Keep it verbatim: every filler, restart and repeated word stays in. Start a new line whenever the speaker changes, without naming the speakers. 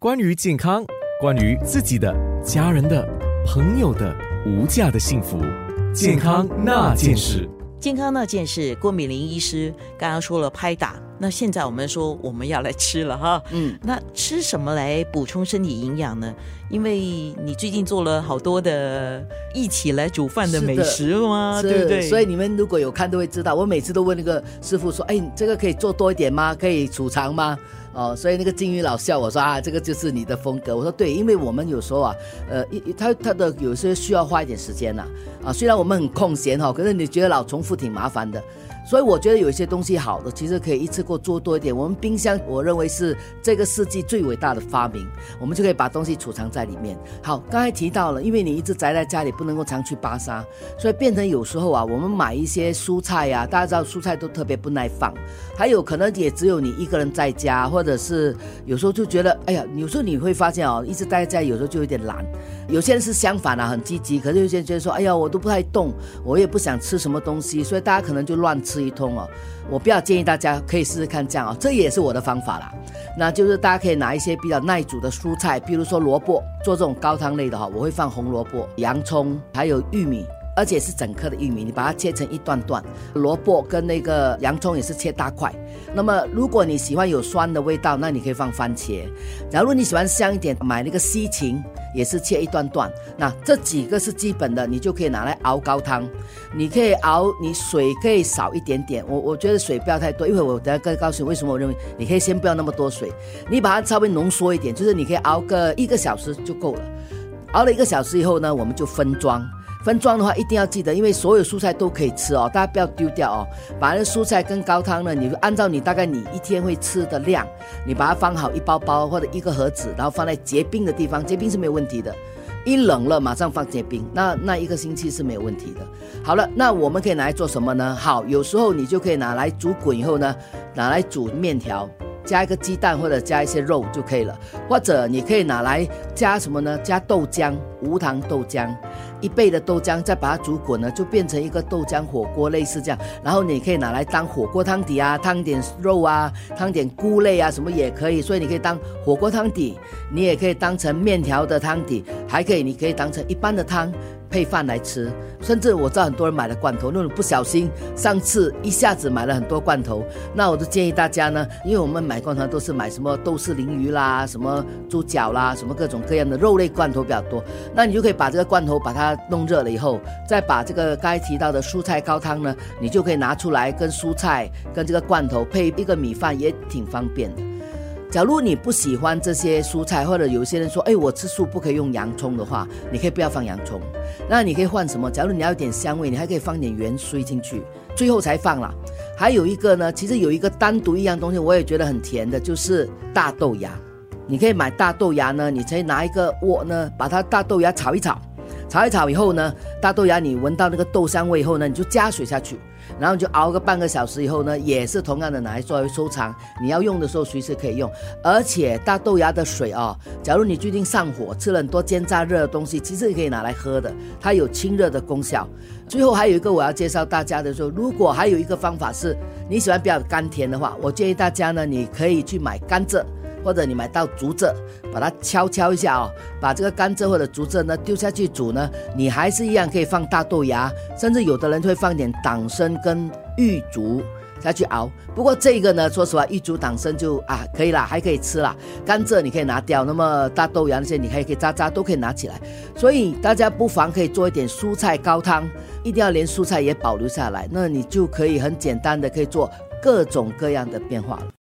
关于健康，关于自己的、家人的、朋友的无价的幸福，健康那件事。
健康那件事，郭美玲医师刚刚说了拍打，那现在我们说我们要来吃了哈。嗯，那吃什么来补充身体营养呢？因为你最近做了好多的一起来煮饭的美食嘛，对不对？
所以你们如果有看都会知道，我每次都问那个师傅说：“哎，这个可以做多一点吗？可以储藏吗？”哦，所以那个金鱼老笑我说啊，这个就是你的风格。我说对，因为我们有时候啊，呃，他他的有些需要花一点时间呐、啊，啊，虽然我们很空闲哈、哦，可是你觉得老重复挺麻烦的。所以我觉得有一些东西好的，其实可以一次过做多一点。我们冰箱，我认为是这个世纪最伟大的发明，我们就可以把东西储藏在里面。好，刚才提到了，因为你一直宅在家里，不能够常去巴沙，所以变成有时候啊，我们买一些蔬菜啊，大家知道蔬菜都特别不耐放，还有可能也只有你一个人在家，或者是有时候就觉得，哎呀，有时候你会发现哦，一直待在家里，有时候就有点懒。有些人是相反啊，很积极，可是有些人觉得说，哎呀，我都不太动，我也不想吃什么东西，所以大家可能就乱吃一通哦。我比较建议大家可以试试看这样哦，这也是我的方法啦。那就是大家可以拿一些比较耐煮的蔬菜，比如说萝卜，做这种高汤类的哈，我会放红萝卜、洋葱，还有玉米。而且是整颗的玉米，你把它切成一段段，萝卜跟那个洋葱也是切大块。那么如果你喜欢有酸的味道，那你可以放番茄。假如你喜欢香一点，买那个西芹也是切一段段。那这几个是基本的，你就可以拿来熬高汤。你可以熬，你水可以少一点点，我我觉得水不要太多，因为我等下跟告诉你为什么我认为你可以先不要那么多水，你把它稍微浓缩一点，就是你可以熬个一个小时就够了。熬了一个小时以后呢，我们就分装。分装的话一定要记得，因为所有蔬菜都可以吃哦，大家不要丢掉哦。把那蔬菜跟高汤呢，你就按照你大概你一天会吃的量，你把它放好一包包或者一个盒子，然后放在结冰的地方，结冰是没有问题的。一冷了马上放结冰，那那一个星期是没有问题的。好了，那我们可以拿来做什么呢？好，有时候你就可以拿来煮滚以后呢，拿来煮面条。加一个鸡蛋或者加一些肉就可以了，或者你可以拿来加什么呢？加豆浆，无糖豆浆，一倍的豆浆，再把它煮滚呢，就变成一个豆浆火锅类似这样。然后你可以拿来当火锅汤底啊，汤点肉啊，汤点菇类啊，什么也可以。所以你可以当火锅汤底，你也可以当成面条的汤底，还可以你可以当成一般的汤配饭来吃。甚至我知道很多人买了罐头，那种不小心上次一下子买了很多罐头，那我就建议大家呢，因为我们买罐头都是买什么豆豉鲮鱼啦，什么猪脚啦，什么各种各样的肉类罐头比较多，那你就可以把这个罐头把它弄热了以后，再把这个刚才提到的蔬菜高汤呢，你就可以拿出来跟蔬菜跟这个罐头配一个米饭，也挺方便的。假如你不喜欢这些蔬菜，或者有些人说，哎，我吃素不可以用洋葱的话，你可以不要放洋葱。那你可以换什么？假如你要有点香味，你还可以放点元荽进去，最后才放啦。还有一个呢，其实有一个单独一样东西，我也觉得很甜的，就是大豆芽。你可以买大豆芽呢，你可以拿一个锅呢，把它大豆芽炒一炒，炒一炒以后呢，大豆芽你闻到那个豆香味以后呢，你就加水下去。然后就熬个半个小时以后呢，也是同样的拿来作为收藏，你要用的时候随时可以用。而且大豆芽的水哦，假如你最近上火吃了很多煎炸热的东西，其实你可以拿来喝的，它有清热的功效。最后还有一个我要介绍大家的时候，如果还有一个方法是你喜欢比较甘甜的话，我建议大家呢，你可以去买甘蔗，或者你买到竹蔗，把它敲敲一下哦，把这个甘蔗或者竹蔗呢丢下去煮呢，你还是一样可以放大豆芽，甚至有的人会放点党参跟玉竹下去熬。不过这个呢，说实话，玉竹党参就啊可以啦，还可以吃啦。甘蔗你可以拿掉，那么大豆芽那些你还可以渣渣都可以拿起来。所以大家不妨可以做一点蔬菜高汤，一定要连蔬菜也保留下来，那你就可以很简单的可以做各种各样的变化了。